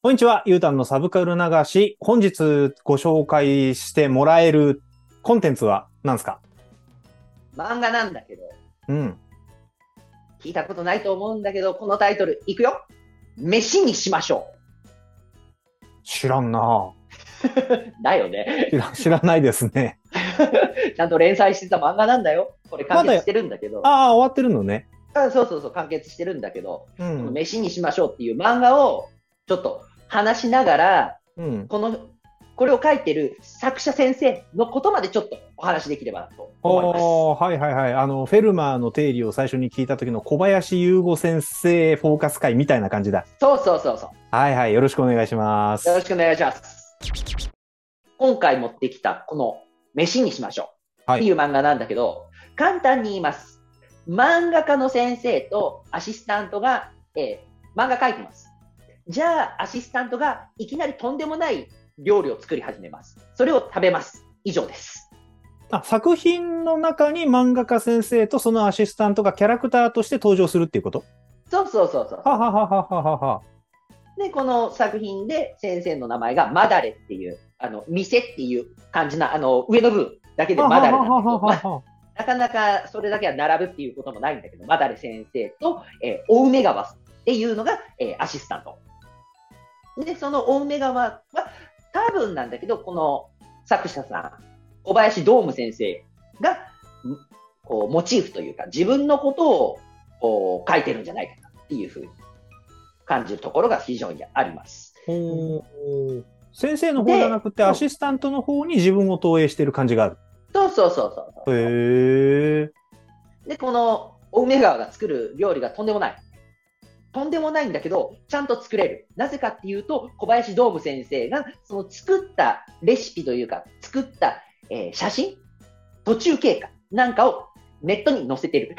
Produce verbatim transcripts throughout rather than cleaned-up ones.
こんにちは、ゆうたんのサブカル流し。本日ご紹介してもらえるコンテンツは何ですか？ 漫画なんだけど、 うん。 聞いたことないと思うんだけど、このタイトル、いくよ。飯にしましょ知らんな。 う。だよね。 知ら、知らないですね。 ちゃんと連載してた漫画なんだよ。これ完まだ、 結してるんだけど。 ああ、終わってるのね。 あ、そうそうそう、完結してるんだけど、このうん。 飯にしましょうっていう漫画を、ちょっと話しながら、 うん。 この、これを書いてる作者先生のことまでちょっとお話できればなと思います。 おー、はいはいはい。あの、フェルマーの定理を最初に聞いた時の小林優吾先生フォーカス会みたいな感じだ。 そうそうそうそはいはい。よろしくお願いしまう。よろす。 しくお願いします。今回持ってきたこの飯にしましょうはい。 っていう漫画なんだけど、簡単に言います。漫画家の先生とアシスタントが、えー漫画描いてます。じゃあ、アシスタントがいきなりとんでもない料理を作り始めます。それを食べます。以上です。 あ、作品の中に漫画家先生とそのアシスタントがキャラクターとして登場するっていうこと？ そうそうそうそうはそはははははは。 う。で、この作品で先生の名前がマダレっていう、あの、店っていう感じな、あの、上の部分だけでははマダレははなんだけど、まあ、 はは。 なかなかそれだけは並ぶっていうこともないんだけど、マダレ先生と、えー、オウメガワっていうのが、えーアシスタント。で、そのオウメガワは、多分なんだけど、この作者さん、小林ドーム先生が、こう、モチーフというか、自分のことをこう書いてるんじゃないかなっていうふうに感じるところが非常にあります。 おー、先生の方じゃなで、 くて、アシスタントの方に自分を投影している感じがある。 そうそうそうそうそうそへえ。 う。で、このオウメガワが作る料理がとんでもない。とんでもないんだけど、ちゃんと作れる。なぜかっていうと、小林ドーム先生が、その作ったレシピというか、作った、えー写真、途中経過なんかをネットに載せてる。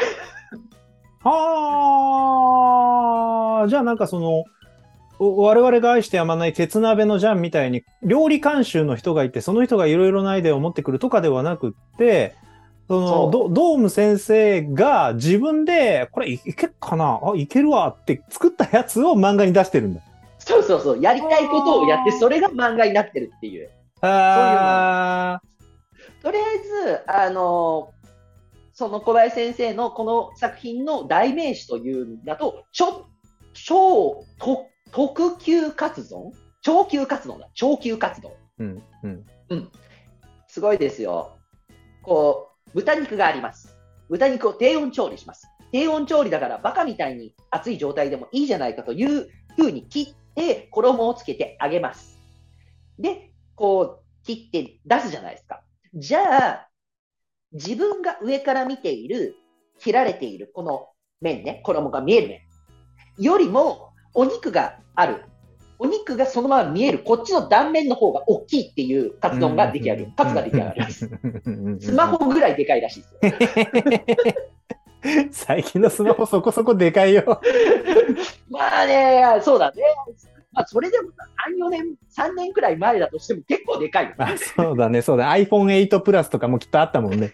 はあ、じゃあなんかその、お我々が愛してやまない鉄鍋のジャンみたいに、料理監修の人がいて、その人がいろいろなアイデアを持ってくるとかではなくって、そのド、 そドーム先生が自分で、これい、いけっかなあ、いけるわって作ったやつを漫画に出してるんだ。 うそうそうそう。やりたいことをやって、それが漫画になってるっていう、そういう漫画。 あとりあえず、あのその小林先生のこの作品の代名詞というんだと、超、超特級カツ丼超級カツ丼だ。超級カツ丼。 ー、うん、うん。 うん。すごいですよ。こう、豚肉があります。豚肉を低温調理します。低温調理だからバカみたいに熱い状態でもいいじゃないかというふうに切って衣をつけてあげます。で、こう切って出すじゃないですか。じゃあ、自分が上から見ている、切られているこの面ね、衣が見える面よりもお肉がある。お肉がそのまま見える、こっちの断面の方が大きいっていうカツ丼が出来上がる。カツが出来上がります。スマホぐらいでかいらしいですよ。 最近のスマホそこそこでかいよ。 まあね、そうだね。まあ、それでもさん、よねん、さんねんくらい前だとしても結構でかいよあ、 ね。 そうだね、そうだ。アイフォンエイト プラスとかもきっとあったもんね。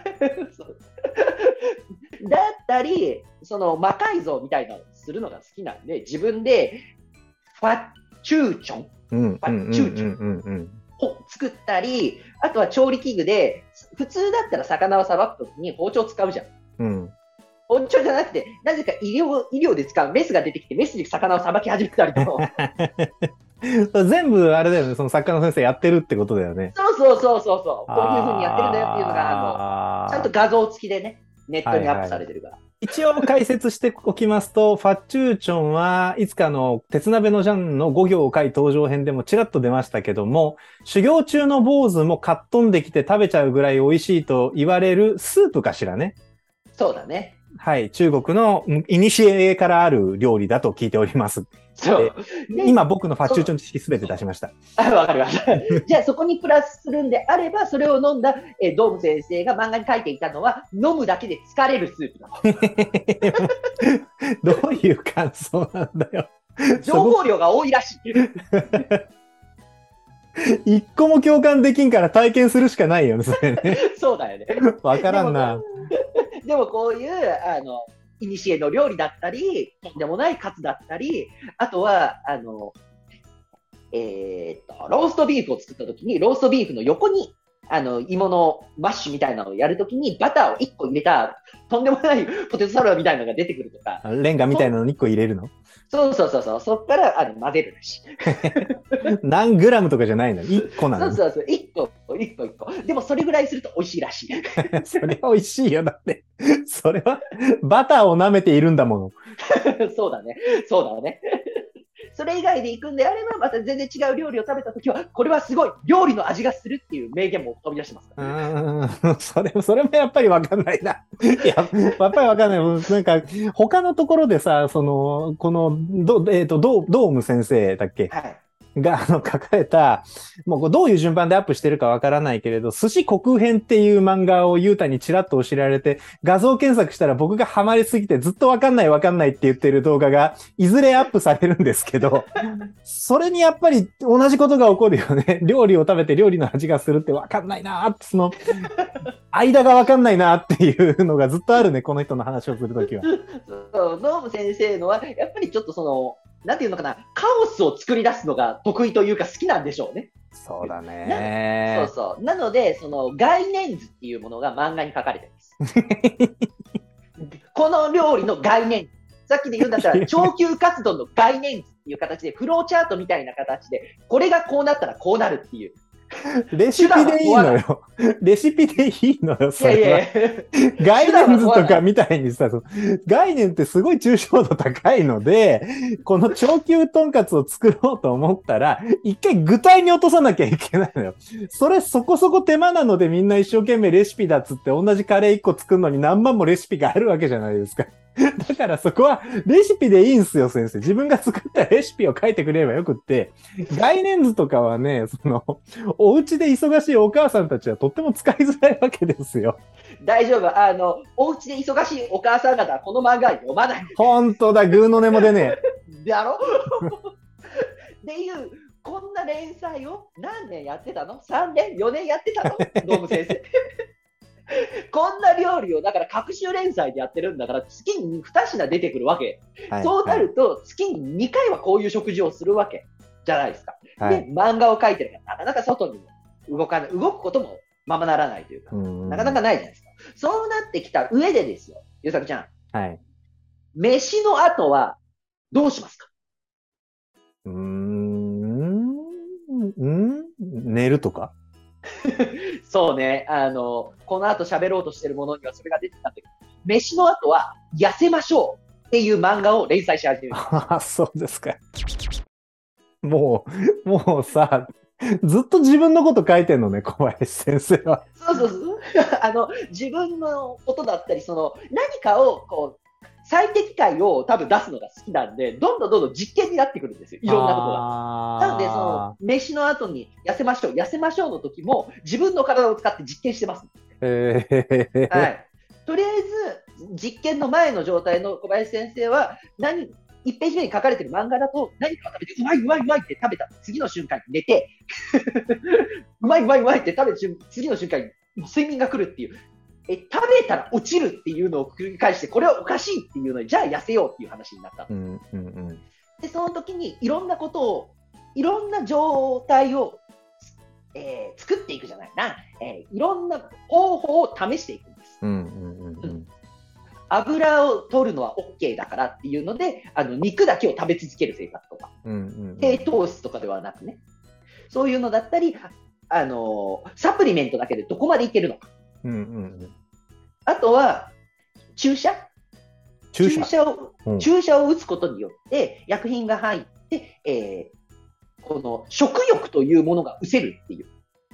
だったり、その魔改造みたいなのをするのが好きなんで、自分でファッチューチョン、フうん、うん、 ァうん、 ッチューチョンうん、うん。 を作ったり、あとは調理器具で、普通だったら魚をさばくときに包丁使うじゃん。 うん。 包丁じゃなくて、なぜか医療医療で使うメスが出てきて、メスで魚をさばき始めたりと。 全部あれだよね、その作家の先生やってるってことだよね。 そうそうそうそうそう、こういうふうにやってるんだよっていうのが、あの、ちゃんとあ画像付きでね、ネッあ、 トにアップはいはい。 されてるから。 一応解説しておきますと、ファッチューチョンはいつかの鉄鍋のジャンのご行回登場編でもちらっと出ましたけども、修行中の坊主もかっ飛んできて食べちゃうぐらい美味しいと言われるスープかしらね。 そうだね。 はい。中国の古からある料理だと聞いております。 そう。で、 今僕のファッチューチョン知識すべてそう。 出しました。 あ、わかりました。じゃあそこにプラスするんであれば、それを飲んだ、えードーム先生が漫画に書いていたのは、飲むだけで疲れるスープだと。 どういう感想なんだよ。そこ、 情報量が多いらしい。 一個も共感できんから体験するしかないよね、それね。 そうだよね。 わかでも、 らんな。 でもこういう、あの、いにしえの料理だったり、とんでもないカツだったり、あとは、あの、 えーっと、ローストビーフを作った時に、ローストビーフの横に、あの、芋のマッシュみたいなのをやるときに、バターをいっこ入れた、とんでもないポテトサラダみたいなのが出てくるとか。 レンガみたいなのにいっこ入れるの？ そうそうそうそう。そっから、あの、混ぜるらしい。 何グラムとかじゃないの？ いっ 個なの？ そうそうそう。いっこ、いっこいっこ。でもそれぐらいすると美味しいらしい。 それは美味しいよ。だって。それは、バターを舐めているんだもの。 そうだね。そうだね。それ以外で行くんであれば、また全然違う料理を食べたときは、これはすごい、料理の味がするっていう名言も飛び出してますかうらね。 ーん、それも、それもやっぱりわかんないな。いや、やっぱりわかんない。なんか、他のところでさ、その、この、ど、えっと、ドードーム先生だっけはい。 が、あの、書かれた、もうこうどういう順番でアップしてるかわからないけれど、寿司虚空編っていう漫画をゆうたにちらっと教えられて、画像検索したら僕がハマりすぎてずっとわかんないわかんないって言ってる動画が、いずれアップされるんですけど、それにやっぱり同じことが起こるよね。料理を食べて料理の味がするってわかんないなーって、その、間がわかんないなっていうのがずっとあるね、この人の話をするときは。 そうノーム先生のは、やっぱりちょっとその、なんていうのかな、カオスを作り出すのが得意というか好きなんでしょうね。 そうだなね。 そうそう。なので、その概念図っていうものが漫画に書かれてます。この料理の概念図。さっきで言うんだったら、長級カツ丼の概念図っていう形で、フローチャートみたいな形で、これがこうなったらこうなるっていう。 レシピでいいのよ。レシピでいいのよ、 いやいそれは。 やいや概念図とかみたいにさ、その概念ってすごい抽象度高いので、この長級とんかつを作ろうと思ったら、一回具体に落とさなきゃいけないのよ。それそこそこ手間なのでみんな一生懸命レシピだっつって同じカレー一個作るのに何万もレシピがあるわけじゃないですか。だからそこはレシピでいいんすよ、先生。自分が作ったレシピを書いてくれればよくって、概念図とかはね、その、お家で忙しいお母さんたちはとっても使いづらいわけですよ。 大丈夫。あの、お家で忙しいお母さん方はこの漫画読まない。 ほんとだ、グーの音も出ねだろっていう、こんな連載を何年やってたの ?さん 年 ?よ 年やってたのノム先生。こんな料理を、だから各種連載でやってるんだから、月にに品出てくるわけ。 はい、 そうなると、月ににかいはこういう食事をするわけじゃないですか。 はい、 で、漫画を描いてるから、なかなか外にも動かない、動くこともままならないというか、なかなかないじゃないですか。そうなってきた上でですよ、ゆうさくちゃん。 はい。 飯の後はどうしますか？ うーん、ん寝るとかそうね、あの、この後喋ろうとしてるものにはそれが出てたんだけど、飯の後は痩せましょうっていう漫画を連載し始める。 ああ、そうですか。もう、もうさ、ずっと自分のこと書いてんのね、小林先生は。 そうそうそう。あの、自分のことだったり、その、何かを、こう、最適解を多分出すのが好きなんで、どんどんどんどん実験になってくるんですよ。いろんなことが。なので、その、飯の後に痩せましょう、痩せましょうの時も、自分の体を使って実験してます。 えー、 はい。とりあえず、実験の前の状態の小林先生は、何、いちページ目に書かれてる漫画だと、何かを食べて、うまいうまいうまいって食べた次の瞬間に寝て、うまいうまいうまいって食べて、次の瞬間に睡眠が来るっていう、え、食べたら落ちるっていうのを繰り返して、これはおかしいっていうのに、じゃあ痩せようっていう話になった。 うんうんうん、 で、その時にいろんなことを、いろんな状態を、えー、作っていくじゃないな、えー、いろんな方法を試していくんです。 うんうんうんうん、 油を取るのは OK だからっていうので、あの肉だけを食べ続ける生活とか、 うんうんうん、 低糖質とかではなくね、そういうのだったり、あのー、サプリメントだけでどこまでいけるのか。 うんうんうん、 あとは注射注射、 注射を、 うん、 注射を打つことによって薬品が入って、えー、この食欲というものが失せるっていう。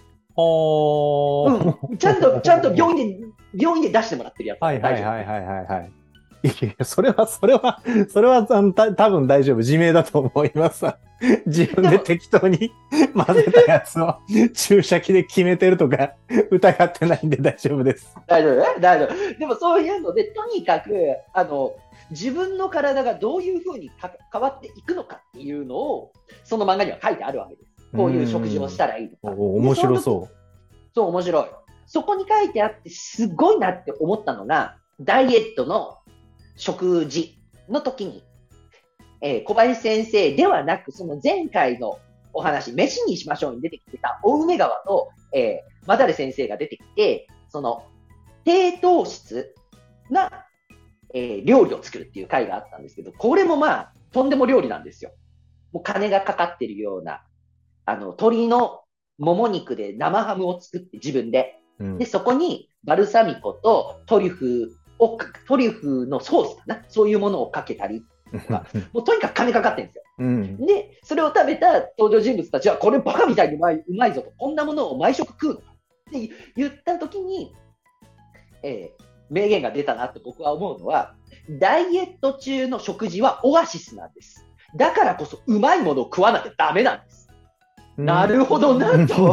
うん、ちゃんとちゃんと病院で病院で出してもらってるやつ。 はいはいはいはいはいはい。いや、それは、それは、それは、た多分大丈夫。自明だと思います。自分で適当に混ぜたやつを注射器で決めてるとか疑ってないんで大丈夫です。 大丈夫大丈夫。でもそういうので、とにかく、あの、自分の体がどういうふうに変わっていくのかっていうのを、その漫画には書いてあるわけです。こういう食事をしたらいいとか。 お面白そう。 そう、面白い。そこに書いてあって、すごいなって思ったのが、ダイエットの食事の時に、えー、小林先生ではなく、その前回のお話、飯にしましょうに出てきてた、青梅川と、えー、マダレ先生が出てきて、その、低糖質な、えー、料理を作るっていう回があったんですけど、これもまあ、とんでも料理なんですよ。もう金がかかってるような、あの、鶏のもも肉で生ハムを作って自分で。うん、で、そこにバルサミコとトリュフを、トリュフのソースかな、そういうものをかけたりとか、もうとにかく金かかってるんですよ。うん、で、それを食べた登場人物たちは、これバカみたいにうまい、うまいぞと、こんなものを毎食食うのかって言ったときに、えー、名言が出たなと僕は思うのは、ダイエット中の食事はオアシスなんです。だからこそうまいものを食わなきゃダメなんです。うん、なるほどなと。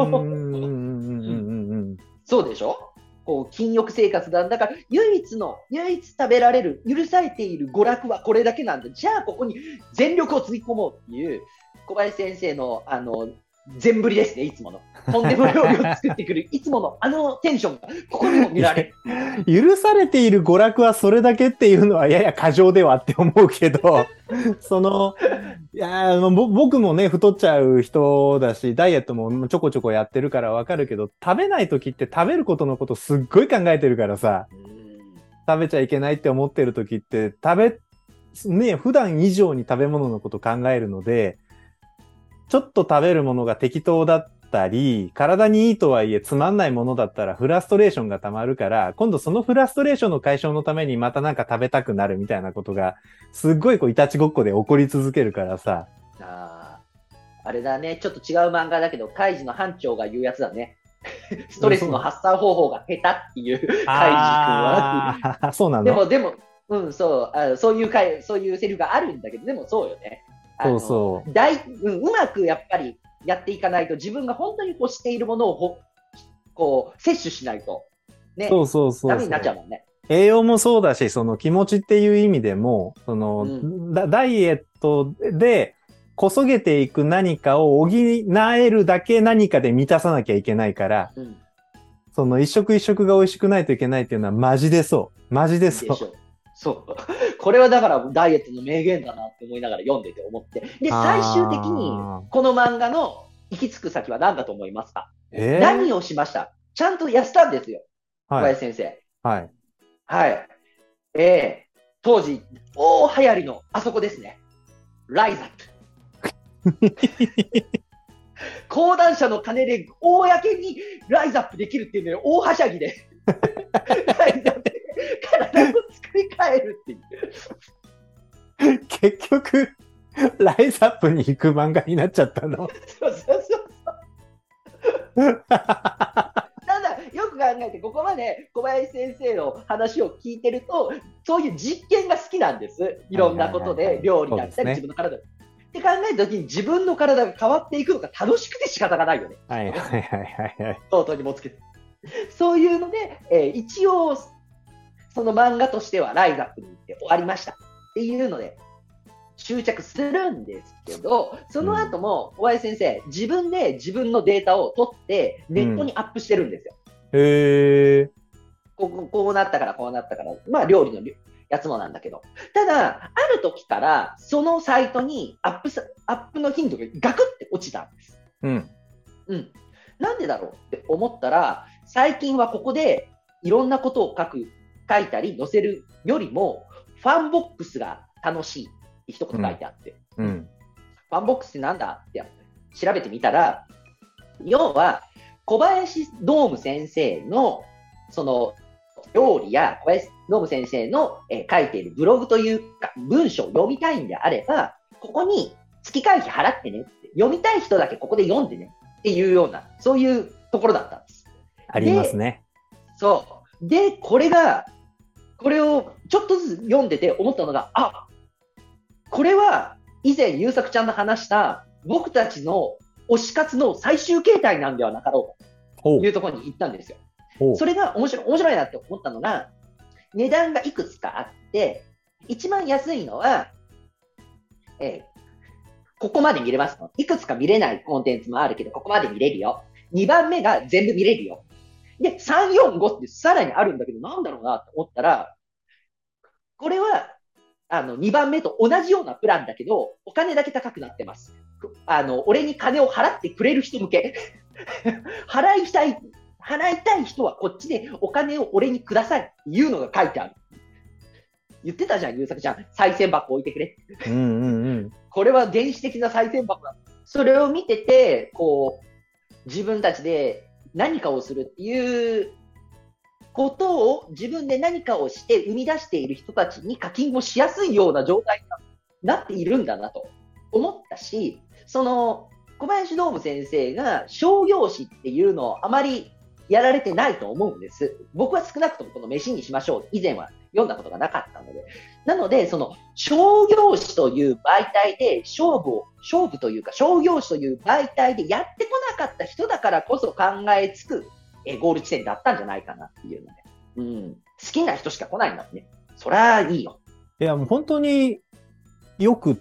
そうでしょ？こう禁欲生活なんだから唯一の唯一食べられる許されている娯楽はこれだけなんだ。じゃあここに全力をつぎ込もうっていう小林先生のあの全振りですね。いつものとんでも料理を作ってくるいつものあのテンションがここにも見られる。許されている娯楽はそれだけっていうのはやや過剰ではって思うけどそのいや僕もね太っちゃう人だしダイエットもちょこちょこやってるからわかるけど、食べない時って食べることのことすっごい考えてるからさ、食べちゃいけないって思ってる時って食べね普段以上に食べ物のこと考えるので、ちょっと食べるものが適当だったり、体にいいとはいえつまんないものだったらフラストレーションが溜まるから、今度そのフラストレーションの解消のためにまたなんか食べたくなるみたいなことが、すっごいこういたちごっこで起こり続けるからさ。 ああれだね、ちょっと違う漫画だけど、カイジの班長が言うやつだね。ストレスの発散方法が下手っていうカイジ君は。 あそうなの？ でも、でも、うん、そう、あそういう回、そういうセリフがあるんだけど、でもそうよね。 そうそう。 大、うん、うまくやっぱりやっていかないと、自分が本当に欲しているものをほこう摂取しないと、ね、 そうそうそうそう、 ダメになっちゃうもんね。 栄養もそうだし、その気持ちっていう意味でも、その、うん、ダ, ダイエットでこそげていく何かを補えるだけ何かで満たさなきゃいけないから、うん、その一食一食が美味しくないといけないっていうのはマジでそう。マジでそう。でしょそう。これはだからダイエットの名言だなって思いながら読んでて思って。で、最終的にこの漫画の行き着く先は何だと思いますか？えー、何をしました？ちゃんと痩せたんですよ。小林先生。 はい。 はい。えー、当時、大流行りのあそこですね。ライザップ。講談社の金で公にライズアップできるっていうのよ、大はしゃぎで。ライズアップで体を作り変えるっていう。 結局、ライズアップに行く漫画になっちゃったの。そうそうそうそう。ただ、よく考えて、ここまで小林先生の話を聞いてると、そういう実験が好きなんです。いろんなことで、料理だったり、自分の体って考えたときに自分の体が変わっていくのが楽しくて仕方がないよね。 はいはいはいはいはい。 とうとうにもつけて。そういうので、えー、一応、その漫画としてはライズアップに行って終わりましたっていうので、執着するんですけど、その後も小林先生、自分で自分のデータを取ってネットにアップしてるんですよ。 うん、へー。 こう、こうなったからこうなったから、まあ料理のやつもなんだけど、ただ、ある時からそのサイトにアップアップの頻度がガクって落ちたんです。 うん。 うん。なんでだろうって思ったら、最近はここでいろんなことを書く、書いたり載せるよりも、ファンボックスが楽しいって一言書いてあって、 うんうん、 ファンボックスってなんだって調べてみたら、要は小林ドーム先生のその料理や小林ドーム先生の、えー、書いているブログというか文章を読みたいんであれば、ここに月会費払ってねって、読みたい人だけここで読んでねっていうような、そういうところだったんです。 ありますね。 そう。で、これが、これをちょっとずつ読んでて思ったのが、あ、これは以前優作ちゃんの話した僕たちの推し活の最終形態なんではなかろうというところに行ったんですよ。それが面白い、面白いなって思ったのが、値段がいくつかあって、一番安いのは、えー、ここまで見れますの。いくつか見れないコンテンツもあるけど、ここまで見れるよ。にばんめが全部見れるよ。で、さん、よん、ごってさらにあるんだけど、なんだろうなと思ったら、これは、あの、にばんめと同じようなプランだけど、お金だけ高くなってます。 あの、俺に金を払ってくれる人向け。払いたい、払いたい人はこっちでお金を俺にくださいっていうのが書いてある。言ってたじゃん、ゆうさくちゃん。賽銭箱置いてくれ。 うんうんうん。 これは原始的な賽銭箱だ。それを見てて、こう、自分たちで何かをするっていうことを自分で何かをして生み出している人たちに課金をしやすいような状態になっているんだなと思ったし、その小林ドーム先生が商業誌っていうのをあまりやられてないと思うんです。僕は少なくともこの飯にしましょう以前は読んだことがなかったので。なので、その商業誌という媒体で勝負を、勝負というか商業誌という媒体でやってこなかった人だからこそ考えつくえゴール地点だったんじゃないかなっていうので。うん。好きな人しか来ないんだね。そりゃいいよ。 いや、もう本当によくって、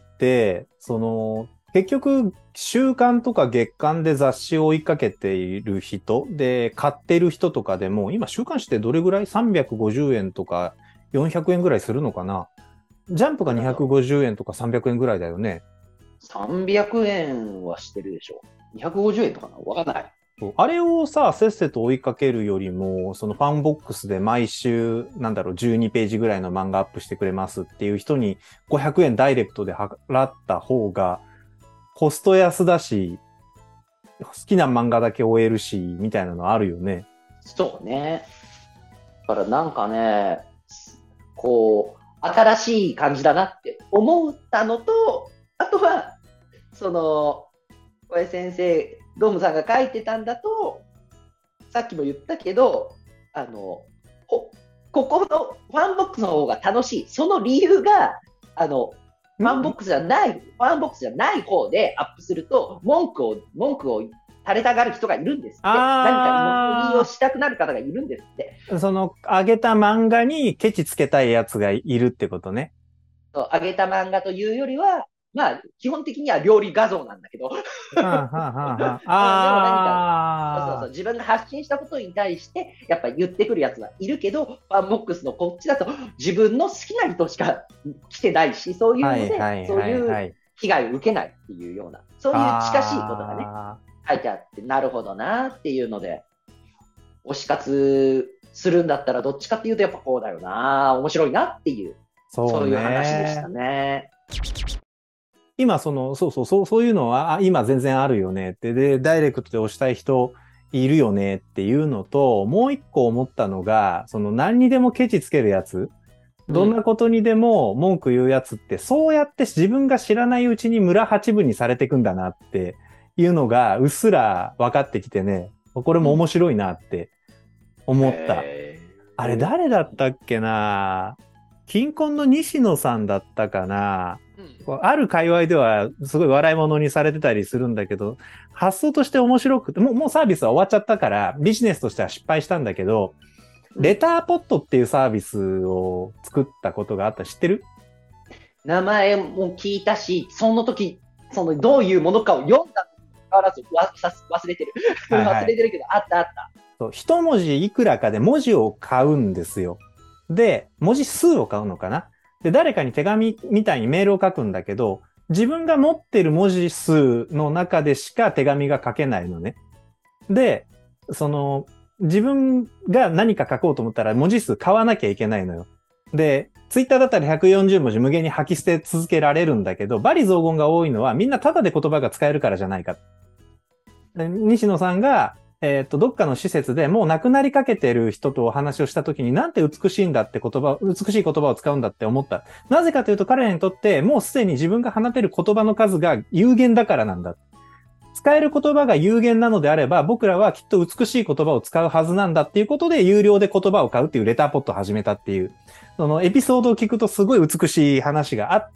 その、結局、週刊とか月刊で雑誌を追いかけている人で、買ってる人とかでも、今週刊誌ってどれぐらい ?さんびゃくごじゅうえんとかよんひゃくえんぐらいするのかな。ジャンプがにひゃくごじゅうえんとかさんびゃくえんぐらいだよね。 さんびゃくえんはしてるでしょ。にひゃくごじゅうえんとかなわかんない。 あれをさ、せっせと追いかけるよりも、そのファンボックスで毎週、なんだろう、じゅうにページぐらいの漫画アップしてくれますっていう人にごひゃくえんダイレクトで払った方が、コスト安だし、好きな漫画だけ追えるし、みたいなのあるよね。 そうね。だからなんかね、こう、新しい感じだなって思ったのと、あとは、その、小林先生、ドームさんが書いてたんだと、さっきも言ったけど、あの、ここのファンボックスの方が楽しい。その理由が、あの、ファンボックスじゃない、ファンボックスじゃない方でアップすると、文句を、文句を垂れたがる人がいるんですって。何か文句をしたくなる方がいるんですって。 その、上げた漫画にケチつけたいやつがいるってことね。 上げた漫画というよりは、まあ、基本的には料理画像なんだけど。はあはあはあはあ、あそうそうそう、自分が発信したことに対して、やっぱり言ってくるやつはいるけど、ファンボックスのこっちだと、自分の好きな人しか来てないし、そういうので、はいはいはいはい、そういう被害を受けないっていうような、そういう近しいことがね、書いてあって、なるほどなっていうので、推し活するんだったら、どっちかっていうと、やっぱこうだよな、面白いなっていう、そうね、そういう話でしたね。 今、その、そうそう、そう、そういうのは、今全然あるよねって、で、ダイレクトで押したい人いるよねっていうのと、もう一個思ったのが、その何にでもケチつけるやつ、どんなことにでも文句言うやつって、うん、そうやって自分が知らないうちに村八分にされていくんだなっていうのが、うっすら分かってきてね、これも面白いなって思った。あれ誰だったっけな、金婚の西野さんだったかな、うん、ある界隈ではすごい笑い物にされてたりするんだけど、発想として面白くて、もう、もうサービスは終わっちゃったからビジネスとしては失敗したんだけど、うん、レターポットっていうサービスを作ったことがあった。知ってる？ 名前も聞いたし、その時、そのどういうものかを読んだにもかかわらず忘れてる。はいはい、忘れてるけど、あったあった。 そう、一文字いくらかで文字を買うんですよ。で、文字数を買うのかな？で、誰かに手紙みたいにメールを書くんだけど、自分が持ってる文字数の中でしか手紙が書けないのね。で、その、自分が何か書こうと思ったら文字数買わなきゃいけないのよ。で、ツイッターだったらひゃくよんじゅうもじ無限に吐き捨て続けられるんだけど、罵詈雑言が多いのはみんなただで言葉が使えるからじゃないか。で、西野さんが、えっと、どっかの施設でもう亡くなりかけてる人とお話をしたときに、なんて美しいんだって言葉、美しい言葉を使うんだって思った。なぜかというと彼らにとってもうすでに自分が放てる言葉の数が有限だからなんだ。使える言葉が有限なのであれば、僕らはきっと美しい言葉を使うはずなんだっていうことで、有料で言葉を買うっていうレターポットを始めたっていう、そのエピソードを聞くとすごい美しい話があって、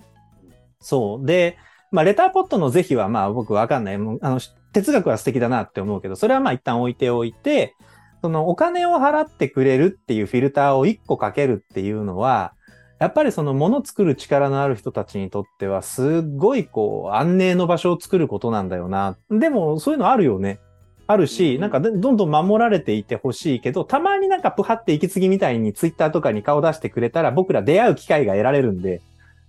そう。で、まあ、レターポットの是非はまあ僕わかんない。あの、哲学は素敵だなって思うけど、それはまあ一旦置いておいて、そのお金を払ってくれるっていうフィルターを一個かけるっていうのは、やっぱりその物作る力のある人たちにとってはすっごいこう安寧の場所を作ることなんだよな。でもそういうのあるよね。あるし、うん、なんかどんどん守られていてほしいけど、たまになんかプハって息継ぎみたいにツイッターとかに顔出してくれたら僕ら出会う機会が得られるんで、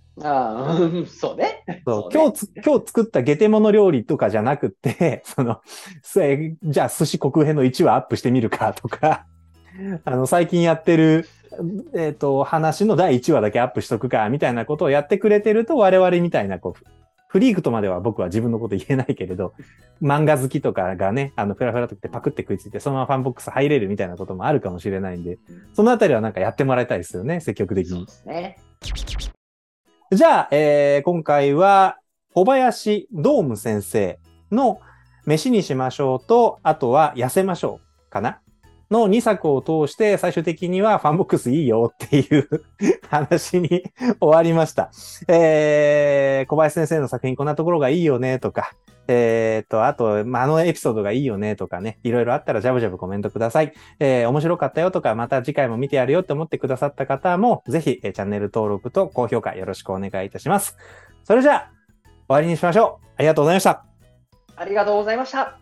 ああ、そうね。 そうそうね。 今日つ、今日作ったゲテモノ料理とかじゃなくって、その、すえじゃあ寿司国編のいちわアップしてみるかとか、あの、最近やってる、えっと、話のだいいちわだけアップしとくか、みたいなことをやってくれてると、我々みたいな、こう、フリークとまでは僕は自分のこと言えないけれど、漫画好きとかがね、あの、フラフラと来てパクって食いついて、そのままファンボックス入れるみたいなこともあるかもしれないんで、そのあたりはなんかやってもらいたいですよね、積極的に。 そうですね。 じゃあ、えー今回は小林ドーム先生の飯にしましょうと、あとは痩せましょうかなのにさくを通して最終的にはファンボックスいいよっていう話に終わりました。えー、小林先生の作品こんなところがいいよねとか、えーと、あと、まあ、あのエピソードがいいよねとかね、いろいろあったらジャブジャブコメントください。えー、面白かったよとか、また次回も見てやるよって思ってくださった方も、ぜひ、えーチャンネル登録と高評価よろしくお願いいたします。それじゃあ、終わりにしましょう。ありがとうございました。 ありがとうございました。